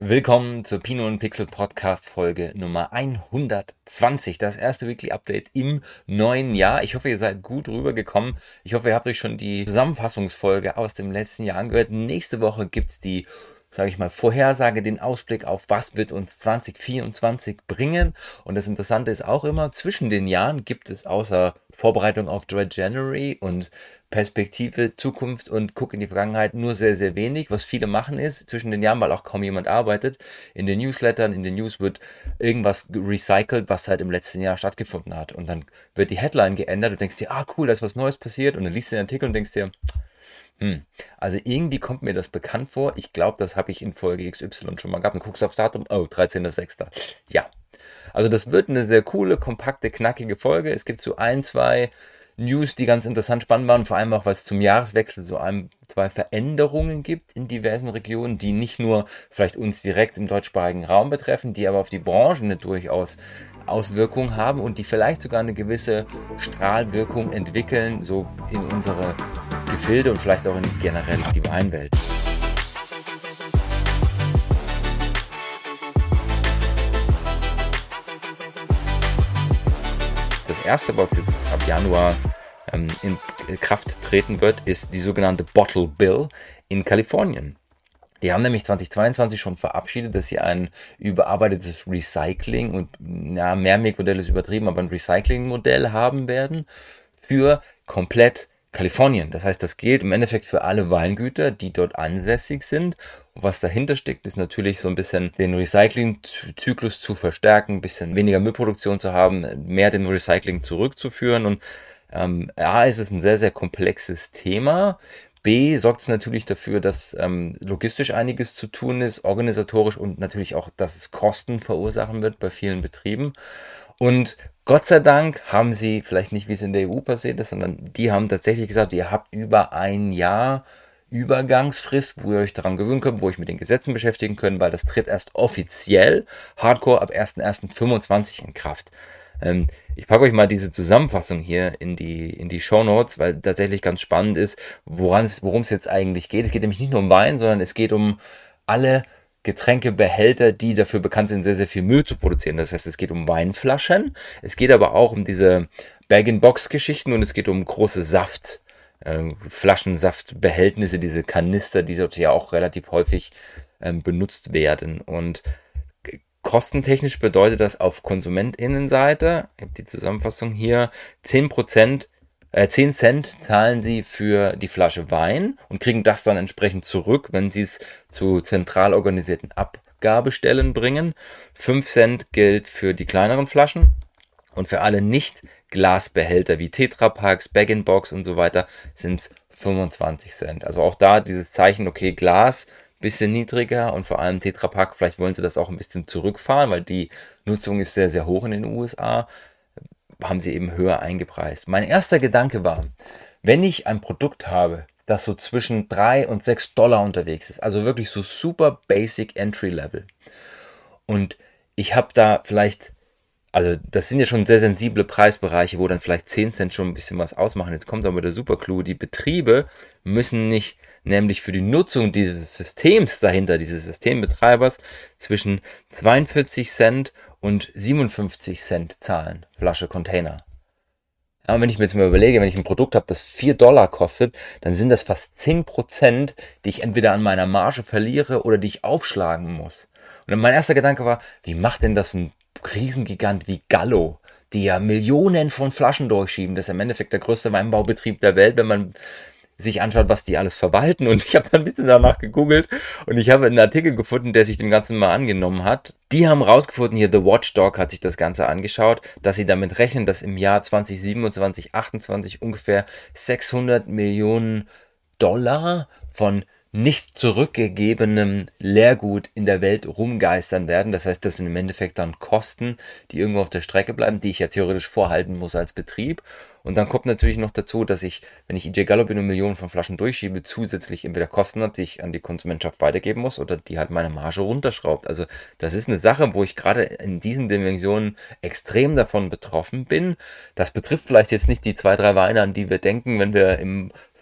Willkommen zur Pino und Pixel Podcast Folge Nummer 120. Das erste Weekly Update im neuen Jahr. Ich hoffe, ihr seid gut rübergekommen. Ich hoffe, ihr habt euch schon die Zusammenfassungsfolge aus dem letzten Jahr angehört. Nächste Woche gibt's die, sage ich mal, Vorhersage, den Ausblick auf was wird uns 2024 bringen. Und das Interessante ist auch immer, zwischen den Jahren gibt es außer Vorbereitung auf Dread January und Perspektive, Zukunft und guck in die Vergangenheit nur sehr, sehr wenig. Was viele machen ist, zwischen den Jahren, weil auch kaum jemand arbeitet, in den Newslettern, in den News wird irgendwas recycelt, was halt im letzten Jahr stattgefunden hat. Und dann wird die Headline geändert. Du denkst dir, ah cool, da ist was Neues passiert. Und dann liest du den Artikel und denkst dir, also irgendwie kommt mir das bekannt vor. Ich glaube, das habe ich in Folge XY schon mal gehabt. Und guckst aufs Datum, oh, 13.06. Ja, also das wird eine sehr coole, kompakte, knackige Folge. Es gibt so ein, zwei News, die ganz interessant spannend waren, vor allem auch, weil es zum Jahreswechsel so ein, zwei Veränderungen gibt in diversen Regionen, die nicht nur vielleicht uns direkt im deutschsprachigen Raum betreffen, die aber auf die Branche eine durchaus Auswirkung haben und die vielleicht sogar eine gewisse Strahlwirkung entwickeln, so in unsere Gefilde und vielleicht auch in generell die Weinwelt. Das erste, was jetzt ab Januar in Kraft treten wird, ist die sogenannte Bottle Bill in Kalifornien. Die haben nämlich 2022 schon verabschiedet, dass sie ein überarbeitetes Recycling und ja, Mehrwegmodell ist übertrieben, aber ein Recyclingmodell haben werden für komplett Kalifornien. Das heißt, das gilt im Endeffekt für alle Weingüter, die dort ansässig sind. Und was dahinter steckt, ist natürlich so ein bisschen den Recyclingzyklus zu verstärken, ein bisschen weniger Müllproduktion zu haben, mehr den Recycling zurückzuführen. Und A, ist es ein sehr, sehr komplexes Thema. B, sorgt es natürlich dafür, dass logistisch einiges zu tun ist, organisatorisch und natürlich auch, dass es Kosten verursachen wird bei vielen Betrieben. Und Gott sei Dank haben sie, vielleicht nicht wie es in der EU passiert ist, sondern die haben tatsächlich gesagt, ihr habt über ein Jahr Übergangsfrist, wo ihr euch daran gewöhnen könnt, wo ihr euch mit den Gesetzen beschäftigen könnt, weil das tritt erst offiziell Hardcore ab 1.1.25 in Kraft. Ich packe euch mal diese Zusammenfassung hier in die Shownotes, weil tatsächlich ganz spannend ist, worum es jetzt eigentlich geht. Es geht nämlich nicht nur um Wein, sondern es geht um alle Getränkebehälter, die dafür bekannt sind, sehr, sehr viel Müll zu produzieren. Das heißt, es geht um Weinflaschen, es geht aber auch um diese Bag-in-Box-Geschichten und es geht um große Flaschensaftbehältnisse, diese Kanister, die dort ja auch relativ häufig benutzt werden. Und kostentechnisch bedeutet das auf KonsumentInnenseite, ich habe die Zusammenfassung hier, 10%, 10 Cent zahlen sie für die Flasche Wein und kriegen das dann entsprechend zurück, wenn sie es zu zentral organisierten Abgabestellen bringen. 5 Cent gilt für die kleineren Flaschen und für alle Nicht-Glasbehälter wie Tetrapacks, Bag-in-Box und so weiter sind es 25 Cent. Also auch da dieses Zeichen, okay, Glas bisschen niedriger und vor allem Tetrapack, vielleicht wollen sie das auch ein bisschen zurückfahren, weil die Nutzung ist sehr, sehr hoch in den USA, haben sie eben höher eingepreist. Mein erster Gedanke war, wenn ich ein Produkt habe, das so zwischen 3 und 6 Dollar unterwegs ist, also wirklich so super basic Entry Level und ich habe da vielleicht, also das sind ja schon sehr sensible Preisbereiche, wo dann vielleicht 10 Cent schon ein bisschen was ausmachen. Jetzt kommt aber der Superclou, die Betriebe müssen nicht nämlich für die Nutzung dieses Systems dahinter, dieses Systembetreibers, zwischen 42 Cent und 57 Cent zahlen, Flasche Container. Ja, und wenn ich mir jetzt mal überlege, wenn ich ein Produkt habe, das 4 Dollar kostet, dann sind das fast 10%, die ich entweder an meiner Marge verliere oder die ich aufschlagen muss. Und dann mein erster Gedanke war, wie macht denn das ein Riesengigant wie Gallo, die ja Millionen von Flaschen durchschieben? Das ist im Endeffekt der größte Weinbaubetrieb der Welt, wenn man sich anschaut, was die alles verwalten. Und ich habe dann ein bisschen danach gegoogelt und ich habe einen Artikel gefunden, der sich dem Ganzen mal angenommen hat. Die haben rausgefunden, hier The Watchdog hat sich das Ganze angeschaut, dass sie damit rechnen, dass im Jahr 2027, 28 ungefähr 600 Millionen Dollar von nicht zurückgegebenem Leergut in der Welt rumgeistern werden. Das heißt, das sind im Endeffekt dann Kosten, die irgendwo auf der Strecke bleiben, die ich ja theoretisch vorhalten muss als Betrieb. Und dann kommt natürlich noch dazu, dass ich, wenn ich EJ Gallo bin und Millionen von Flaschen durchschiebe, zusätzlich entweder Kosten habe, die ich an die Konsumentschaft weitergeben muss oder die halt meine Marge runterschraubt. Also das ist eine Sache, wo ich gerade in diesen Dimensionen extrem davon betroffen bin. Das betrifft vielleicht jetzt nicht die 2, 3 Weine, an die wir denken, wenn wir im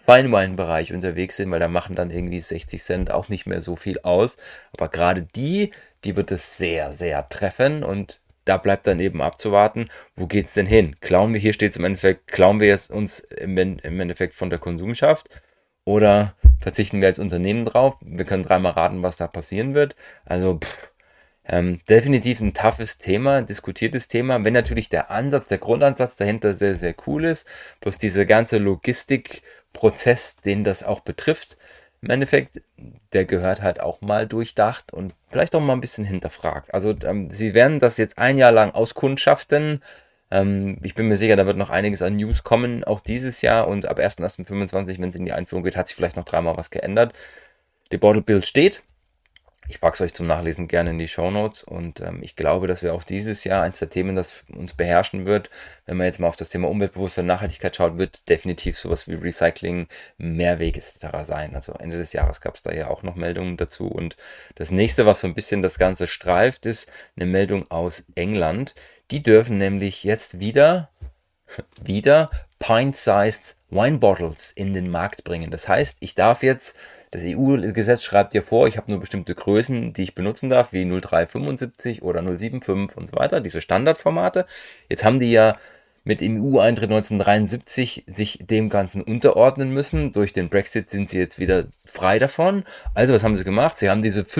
Fine Wine Bereich unterwegs sind, weil da machen dann irgendwie 60 Cent auch nicht mehr so viel aus. Aber gerade die wird es sehr, sehr treffen und da bleibt dann eben abzuwarten, wo geht's denn hin? Klauen wir, hier steht es im Endeffekt, klauen wir es uns im Endeffekt von der Konsumschaft oder verzichten wir als Unternehmen drauf? Wir können dreimal raten, was da passieren wird. Also definitiv ein toughes Thema, ein diskutiertes Thema, wenn natürlich der Ansatz, der Grundansatz dahinter sehr, sehr cool ist, bloß dieser ganze Logistikprozess, den das auch betrifft, im Endeffekt, der gehört halt auch mal durchdacht und vielleicht auch mal ein bisschen hinterfragt. Also sie werden das jetzt ein Jahr lang auskundschaften. Ich bin mir sicher, da wird noch einiges an News kommen, auch dieses Jahr und ab 1.1.25, wenn es in die Einführung geht, hat sich vielleicht noch dreimal was geändert. Die Bottle Bill steht. Ich packe es euch zum Nachlesen gerne in die Shownotes und ich glaube, dass wir auch dieses Jahr eins der Themen, das uns beherrschen wird, wenn man jetzt mal auf das Thema umweltbewusste Nachhaltigkeit schaut, wird definitiv sowas wie Recycling, Mehrweg etc. sein. Also Ende des Jahres gab es da ja auch noch Meldungen dazu und das nächste, was so ein bisschen das Ganze streift, ist eine Meldung aus England. Die dürfen nämlich jetzt wieder pint-sized Wine Bottles in den Markt bringen. Das heißt, ich darf jetzt, das EU-Gesetz schreibt dir vor, ich habe nur bestimmte Größen, die ich benutzen darf, wie 0375 oder 075 und so weiter, diese Standardformate. Jetzt haben die ja mit dem EU-Eintritt 1973 sich dem Ganzen unterordnen müssen. Durch den Brexit sind sie jetzt wieder frei davon. Also was haben sie gemacht? Sie haben diese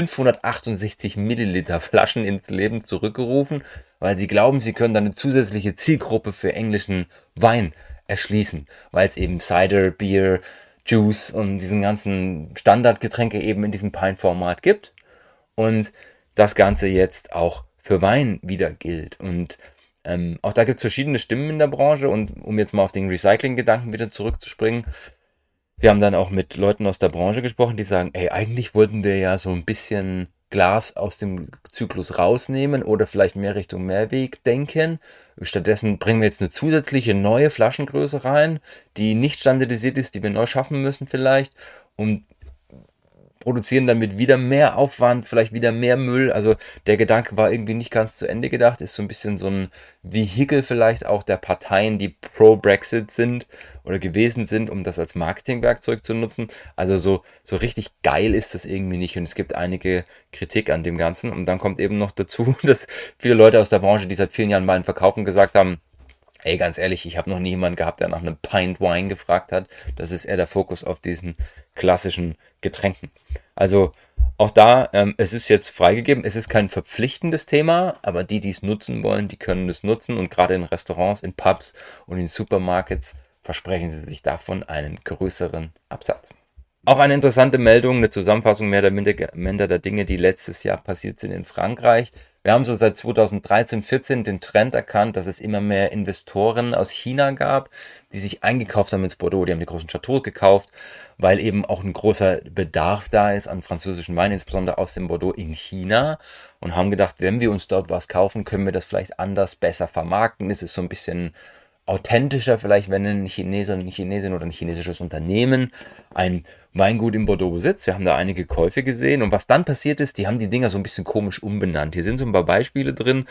568 Milliliter Flaschen ins Leben zurückgerufen, weil sie glauben, sie können dann eine zusätzliche Zielgruppe für englischen Wein erschließen, weil es eben Cider, Beer, Juice und diesen ganzen Standardgetränke eben in diesem Pint-Format gibt und das Ganze jetzt auch für Wein wieder gilt. Und auch da gibt es verschiedene Stimmen in der Branche und um jetzt mal auf den Recycling-Gedanken wieder zurückzuspringen, sie haben dann auch mit Leuten aus der Branche gesprochen, die sagen, ey, eigentlich wollten wir ja so ein bisschen Glas aus dem Zyklus rausnehmen oder vielleicht mehr Richtung Mehrweg denken. Stattdessen bringen wir jetzt eine zusätzliche neue Flaschengröße rein, die nicht standardisiert ist, die wir neu schaffen müssen vielleicht und produzieren damit wieder mehr Aufwand, vielleicht wieder mehr Müll. Also der Gedanke war irgendwie nicht ganz zu Ende gedacht, ist so ein bisschen so ein Vehikel vielleicht auch der Parteien, die pro-Brexit sind oder gewesen sind, um das als Marketingwerkzeug zu nutzen. Also so richtig geil ist das irgendwie nicht und es gibt einige Kritik an dem Ganzen. Und dann kommt eben noch dazu, dass viele Leute aus der Branche, die seit vielen Jahren Wein verkaufen, gesagt haben, ey, ganz ehrlich, ich habe noch nie jemanden gehabt, der nach einem Pint Wine gefragt hat. Das ist eher der Fokus auf diesen klassischen Getränken. Also auch da, es ist jetzt freigegeben, es ist kein verpflichtendes Thema, aber die es nutzen wollen, die können es nutzen und gerade in Restaurants, in Pubs und in Supermarkets versprechen sie sich davon einen größeren Absatz. Auch eine interessante Meldung, eine Zusammenfassung mehr oder minder der Dinge, die letztes Jahr passiert sind in Frankreich. Wir haben so seit 2013, 14 den Trend erkannt, dass es immer mehr Investoren aus China gab, die sich eingekauft haben ins Bordeaux. Die haben die großen Chateaux gekauft, weil eben auch ein großer Bedarf da ist an französischen Wein, insbesondere aus dem Bordeaux in China. Und haben gedacht, wenn wir uns dort was kaufen, können wir das vielleicht anders, besser vermarkten. Es ist so ein bisschen authentischer vielleicht, wenn ein Chineser, eine Chinesin oder ein chinesisches Unternehmen ein Weingut in Bordeaux besitzt. Wir haben da einige Käufe gesehen und was dann passiert ist, die haben die Dinger so ein bisschen komisch umbenannt. Hier sind so ein paar Beispiele drin.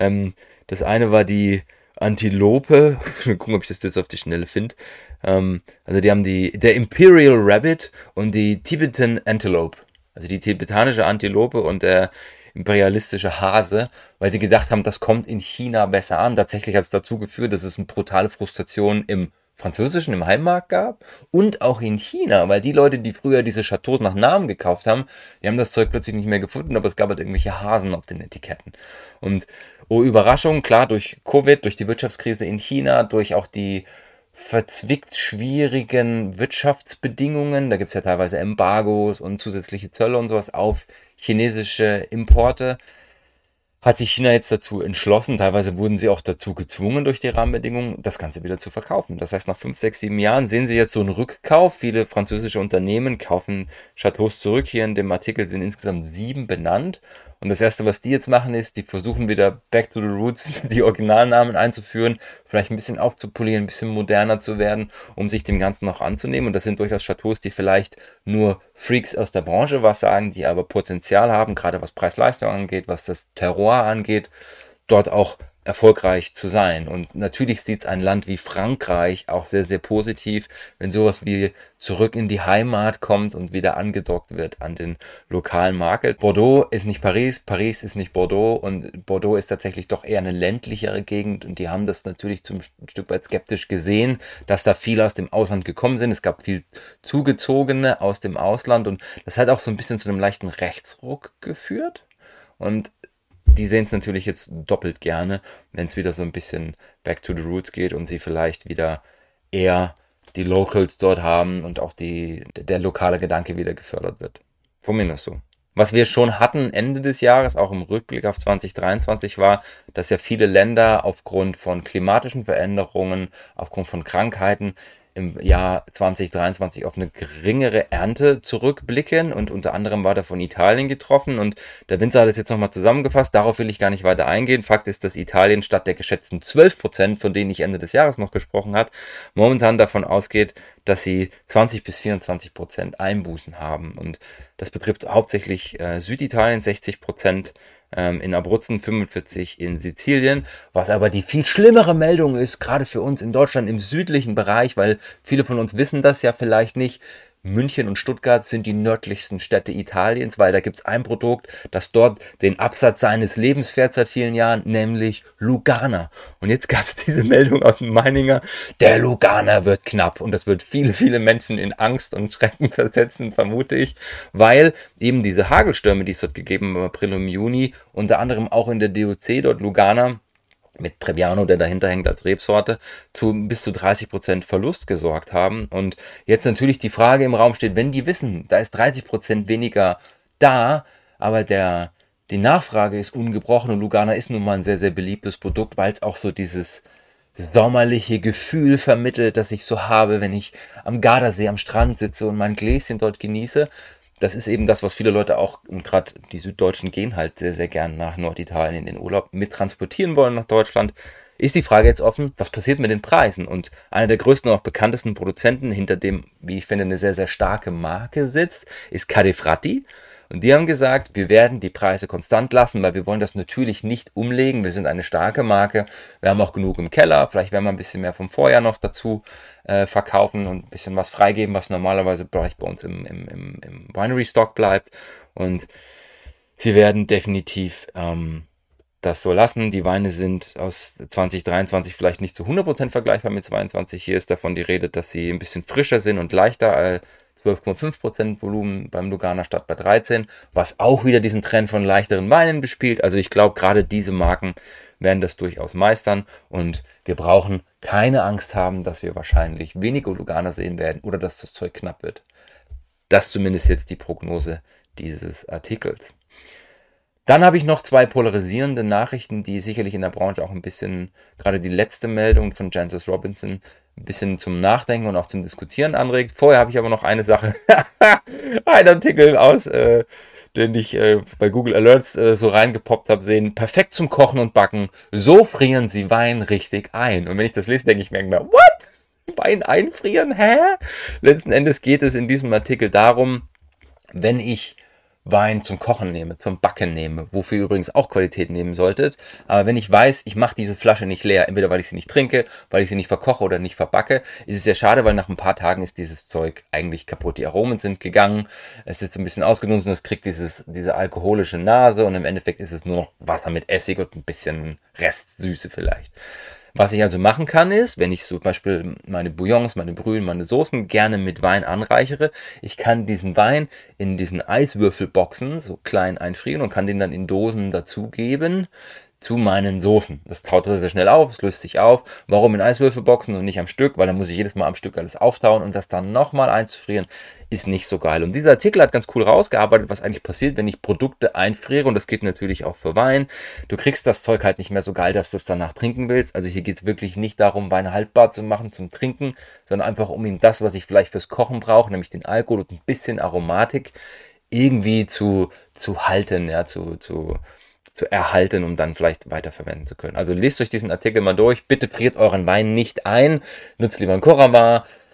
Das eine war die Antilope. Mal gucken, ob ich das jetzt auf die Schnelle finde. Also die haben der Imperial Rabbit und die Tibetan Antelope. Also die tibetanische Antilope und der imperialistische Hase, weil sie gedacht haben, das kommt in China besser an. Tatsächlich hat es dazu geführt, dass es eine brutale Frustration im Französischen, im Heimmarkt gab und auch in China, weil die Leute, die früher diese Chateaus nach Namen gekauft haben, die haben das Zeug plötzlich nicht mehr gefunden, aber es gab halt irgendwelche Hasen auf den Etiketten. Und oh Überraschung, klar, durch Covid, durch die Wirtschaftskrise in China, durch auch die verzwickt schwierigen Wirtschaftsbedingungen, da gibt es ja teilweise Embargos und zusätzliche Zölle und sowas auf chinesische Importe, hat sich China jetzt dazu entschlossen, teilweise wurden sie auch dazu gezwungen durch die Rahmenbedingungen, das Ganze wieder zu verkaufen. Das heißt, nach 5, 6, 7 Jahren sehen Sie jetzt so einen Rückkauf. Viele französische Unternehmen kaufen Chateaus zurück. Hier in dem Artikel sind insgesamt 7 benannt. Und das Erste, was die jetzt machen, ist, die versuchen wieder back to the roots, die Originalnamen einzuführen, vielleicht ein bisschen aufzupolieren, ein bisschen moderner zu werden, um sich dem Ganzen noch anzunehmen. Und das sind durchaus Chateaus, die vielleicht nur Freaks aus der Branche was sagen, die aber Potenzial haben, gerade was Preis-Leistung angeht, was das Terroir angeht, dort auch erfolgreich zu sein. Und natürlich sieht es ein Land wie Frankreich auch sehr, sehr positiv, wenn sowas wie zurück in die Heimat kommt und wieder angedockt wird an den lokalen Market. Bordeaux ist nicht Paris, Paris ist nicht Bordeaux und Bordeaux ist tatsächlich doch eher eine ländlichere Gegend und die haben das natürlich ein Stück weit skeptisch gesehen, dass da viele aus dem Ausland gekommen sind. Es gab viel Zugezogene aus dem Ausland und das hat auch so ein bisschen zu einem leichten Rechtsruck geführt. Und die sehen es natürlich jetzt doppelt gerne, wenn es wieder so ein bisschen back to the roots geht und sie vielleicht wieder eher die Locals dort haben und auch der lokale Gedanke wieder gefördert wird. Von mir das so. Was wir schon hatten Ende des Jahres, auch im Rückblick auf 2023, war, dass ja viele Länder aufgrund von klimatischen Veränderungen, aufgrund von Krankheiten im Jahr 2023 auf eine geringere Ernte zurückblicken und unter anderem war davon Italien getroffen und der Winzer hat es jetzt nochmal zusammengefasst, darauf will ich gar nicht weiter eingehen. Fakt ist, dass Italien statt der geschätzten 12%, von denen ich Ende des Jahres noch gesprochen habe, momentan davon ausgeht, dass sie 20-24% Einbußen haben und das betrifft hauptsächlich Süditalien, 60%, in Abruzzen, 45 in Sizilien, was aber die viel schlimmere Meldung ist, gerade für uns in Deutschland im südlichen Bereich, weil viele von uns wissen das ja vielleicht nicht. München und Stuttgart sind die nördlichsten Städte Italiens, weil da gibt es ein Produkt, das dort den Absatz seines Lebens fährt seit vielen Jahren, nämlich Lugana. Und jetzt gab es diese Meldung aus dem Meininger, der Lugana wird knapp. Und das wird viele, viele Menschen in Angst und Schrecken versetzen, vermute ich, weil eben diese Hagelstürme, die es dort gegeben haben im April und Juni, unter anderem auch in der DOC dort Lugana, mit Trebbiano, der dahinter hängt als Rebsorte, zu bis zu 30% Verlust gesorgt haben. Und jetzt natürlich die Frage im Raum steht, wenn die wissen, da ist 30% weniger da, aber die Nachfrage ist ungebrochen und Lugana ist nun mal ein sehr, sehr beliebtes Produkt, weil es auch so dieses sommerliche Gefühl vermittelt, das ich so habe, wenn ich am Gardasee am Strand sitze und mein Gläschen dort genieße. Das ist eben das, was viele Leute auch, und gerade die Süddeutschen gehen halt sehr, sehr gern nach Norditalien in den Urlaub mit transportieren wollen nach Deutschland. Ist die Frage jetzt offen, was passiert mit den Preisen? Und einer der größten und auch bekanntesten Produzenten, hinter dem, wie ich finde, eine sehr, sehr starke Marke sitzt, ist Cadefratti. Und die haben gesagt, wir werden die Preise konstant lassen, weil wir wollen das natürlich nicht umlegen. Wir sind eine starke Marke. Wir haben auch genug im Keller. Vielleicht werden wir ein bisschen mehr vom Vorjahr noch dazu verkaufen und ein bisschen was freigeben, was normalerweise bei uns im Winery-Stock bleibt. Und sie werden definitiv das so lassen. Die Weine sind aus 2023 vielleicht nicht zu 100% vergleichbar mit 2022. Hier ist davon die Rede, dass sie ein bisschen frischer sind und leichter. 12,5% Volumen beim Lugana statt bei 13, was auch wieder diesen Trend von leichteren Weinen bespielt. Also ich glaube, gerade diese Marken werden das durchaus meistern und wir brauchen keine Angst haben, dass wir wahrscheinlich weniger Lugana sehen werden oder dass das Zeug knapp wird. Das zumindest jetzt die Prognose dieses Artikels. Dann habe ich noch zwei polarisierende Nachrichten, die sicherlich in der Branche auch ein bisschen, gerade die letzte Meldung von Jancis Robinson, ein bisschen zum Nachdenken und auch zum Diskutieren anregt. Vorher habe ich aber noch eine Sache, ein Artikel aus, den ich bei Google Alerts so reingepoppt habe, sehen, perfekt zum Kochen und Backen, so frieren Sie Wein richtig ein. Und wenn ich das lese, denke ich mir, what? Wein einfrieren? Hä? Letzten Endes geht es in diesem Artikel darum, wenn ich Wein zum Kochen nehme, zum Backen nehme, wofür ihr übrigens auch Qualität nehmen solltet. Aber wenn ich weiß, ich mache diese Flasche nicht leer, entweder weil ich sie nicht trinke, weil ich sie nicht verkoche oder nicht verbacke, ist es sehr schade, weil nach ein paar Tagen ist dieses Zeug eigentlich kaputt. Die Aromen sind gegangen, es ist ein bisschen ausgenutzt und es kriegt diese alkoholische Nase und im Endeffekt ist es nur noch Wasser mit Essig und ein bisschen Restsüße vielleicht. Was ich also machen kann ist, wenn ich zum Beispiel meine Bouillons, meine Brühen, meine Soßen gerne mit Wein anreichere, ich kann diesen Wein in diesen Eiswürfelboxen so klein einfrieren und kann den dann in Dosen dazugeben zu meinen Soßen. Das taut sehr schnell auf, es löst sich auf. Warum in Eiswürfelboxen und nicht am Stück? Weil dann muss ich jedes Mal am Stück alles auftauen und das dann nochmal einzufrieren ist nicht so geil. Und dieser Artikel hat ganz cool rausgearbeitet, was eigentlich passiert, wenn ich Produkte einfriere und das geht natürlich auch für Wein. Du kriegst das Zeug halt nicht mehr so geil, dass du es danach trinken willst. Also hier geht es wirklich nicht darum, Wein haltbar zu machen zum Trinken, sondern einfach um ihm das, was ich vielleicht fürs Kochen brauche, nämlich den Alkohol und ein bisschen Aromatik irgendwie zu halten, ja, zu erhalten, um dann vielleicht weiterverwenden zu können. Also lest euch diesen Artikel mal durch. Bitte friert euren Wein nicht ein. Nutzt lieber ein Coravin.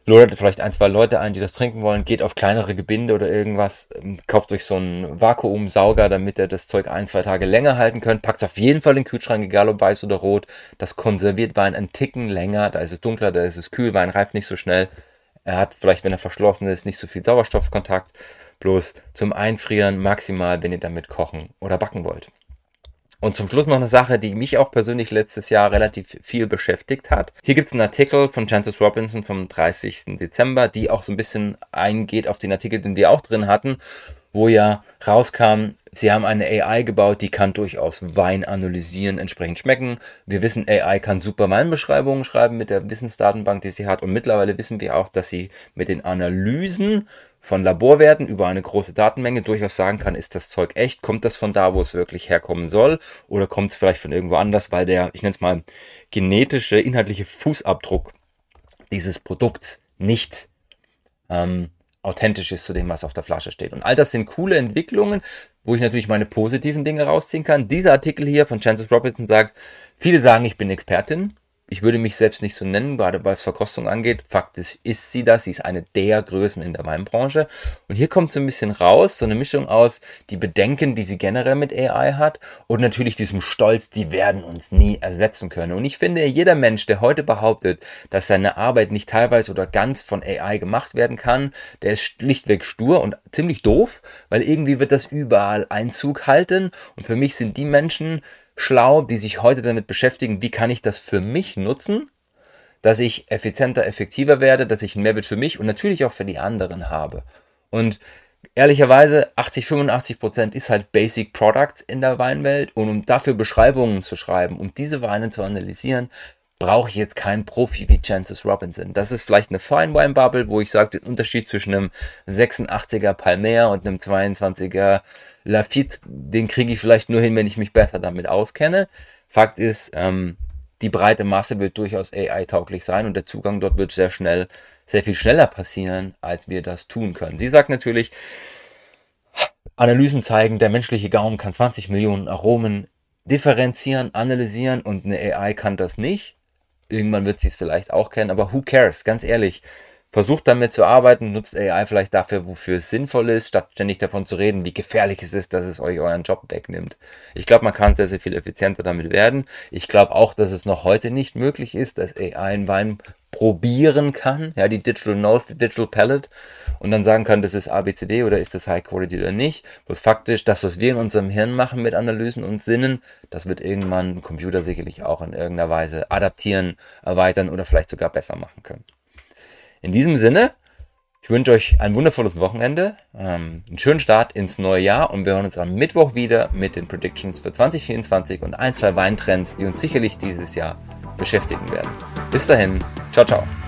Ladet vielleicht ein, zwei Leute ein, die das trinken wollen, geht auf kleinere Gebinde oder irgendwas, kauft euch so einen Vakuumsauger, damit ihr das Zeug 1, 2 Tage länger halten könnt. Packt es auf jeden Fall in den Kühlschrank, egal ob weiß oder rot. Das konserviert Wein einen Ticken länger, da ist es dunkler, da ist es kühl, Wein reift nicht so schnell. Er hat vielleicht, wenn er verschlossen ist, nicht so viel Sauerstoffkontakt. Bloß zum Einfrieren maximal, wenn ihr damit kochen oder backen wollt. Und zum Schluss noch eine Sache, die mich auch persönlich letztes Jahr relativ viel beschäftigt hat. Hier gibt es einen Artikel von Jancis Robinson vom 30. Dezember, die auch so ein bisschen eingeht auf den Artikel, den wir auch drin hatten, wo ja rauskam, sie haben eine AI gebaut, die kann durchaus Wein analysieren, entsprechend schmecken. Wir wissen, AI kann super Weinbeschreibungen schreiben mit der Wissensdatenbank, die sie hat. Und mittlerweile wissen wir auch, dass sie mit den Analysen von Laborwerten über eine große Datenmenge durchaus sagen kann, ist das Zeug echt, kommt das von da, wo es wirklich herkommen soll, oder kommt es vielleicht von irgendwo anders, weil der, ich nenne es mal, genetische, inhaltliche Fußabdruck dieses Produkts nicht authentisch ist zu dem, was auf der Flasche steht. Und all das sind coole Entwicklungen, wo ich natürlich meine positiven Dinge rausziehen kann. Dieser Artikel hier von Jancis Robinson sagt, viele sagen, ich bin Expertin. Ich würde mich selbst nicht so nennen, gerade was Verkostung angeht. Fakt ist sie das. Sie ist eine der Größen in der Weinbranche. Und hier kommt so ein bisschen raus, so eine Mischung aus die Bedenken, die sie generell mit AI hat und natürlich diesem Stolz, die werden uns nie ersetzen können. Und ich finde, jeder Mensch, der heute behauptet, dass seine Arbeit nicht teilweise oder ganz von AI gemacht werden kann, der ist schlichtweg stur und ziemlich doof, weil irgendwie wird das überall Einzug halten. Und für mich sind die Menschen schlau, die sich heute damit beschäftigen, wie kann ich das für mich nutzen, dass ich effizienter, effektiver werde, dass ich einen Mehrwert für mich und natürlich auch für die anderen habe. Und ehrlicherweise 80-85% ist halt Basic Products in der Weinwelt und um dafür Beschreibungen zu schreiben, um diese Weine zu analysieren, brauche ich jetzt keinen Profi wie Jancis Robinson. Das ist vielleicht eine Fine Wine Bubble, wo ich sage, den Unterschied zwischen einem 86er Palmer und einem 22er Lafite, den kriege ich vielleicht nur hin, wenn ich mich besser damit auskenne. Fakt ist, die breite Masse wird durchaus AI-tauglich sein und der Zugang dort wird sehr viel schneller passieren, als wir das tun können. Sie sagt natürlich, Analysen zeigen, der menschliche Gaumen kann 20 Millionen Aromen differenzieren, analysieren und eine AI kann das nicht. Irgendwann wird sie es vielleicht auch kennen, aber who cares? Ganz ehrlich, versucht damit zu arbeiten, nutzt AI vielleicht dafür, wofür es sinnvoll ist, statt ständig davon zu reden, wie gefährlich es ist, dass es euch euren Job wegnimmt. Ich glaube, man kann sehr, sehr viel effizienter damit werden. Ich glaube auch, dass es noch heute nicht möglich ist, dass AI einen Wein probieren kann, ja, die Digital Nose, die Digital Palette, und dann sagen kann, das ist ABCD oder ist das High Quality oder nicht. Bloß faktisch, das, was wir in unserem Hirn machen mit Analysen und Sinnen, das wird irgendwann ein Computer sicherlich auch in irgendeiner Weise adaptieren, erweitern oder vielleicht sogar besser machen können. In diesem Sinne, ich wünsche euch ein wundervolles Wochenende, einen schönen Start ins neue Jahr und wir hören uns am Mittwoch wieder mit den Predictions für 2024 und ein, zwei Weintrends, die uns sicherlich dieses Jahr beschäftigen werden. Bis dahin, ciao, ciao.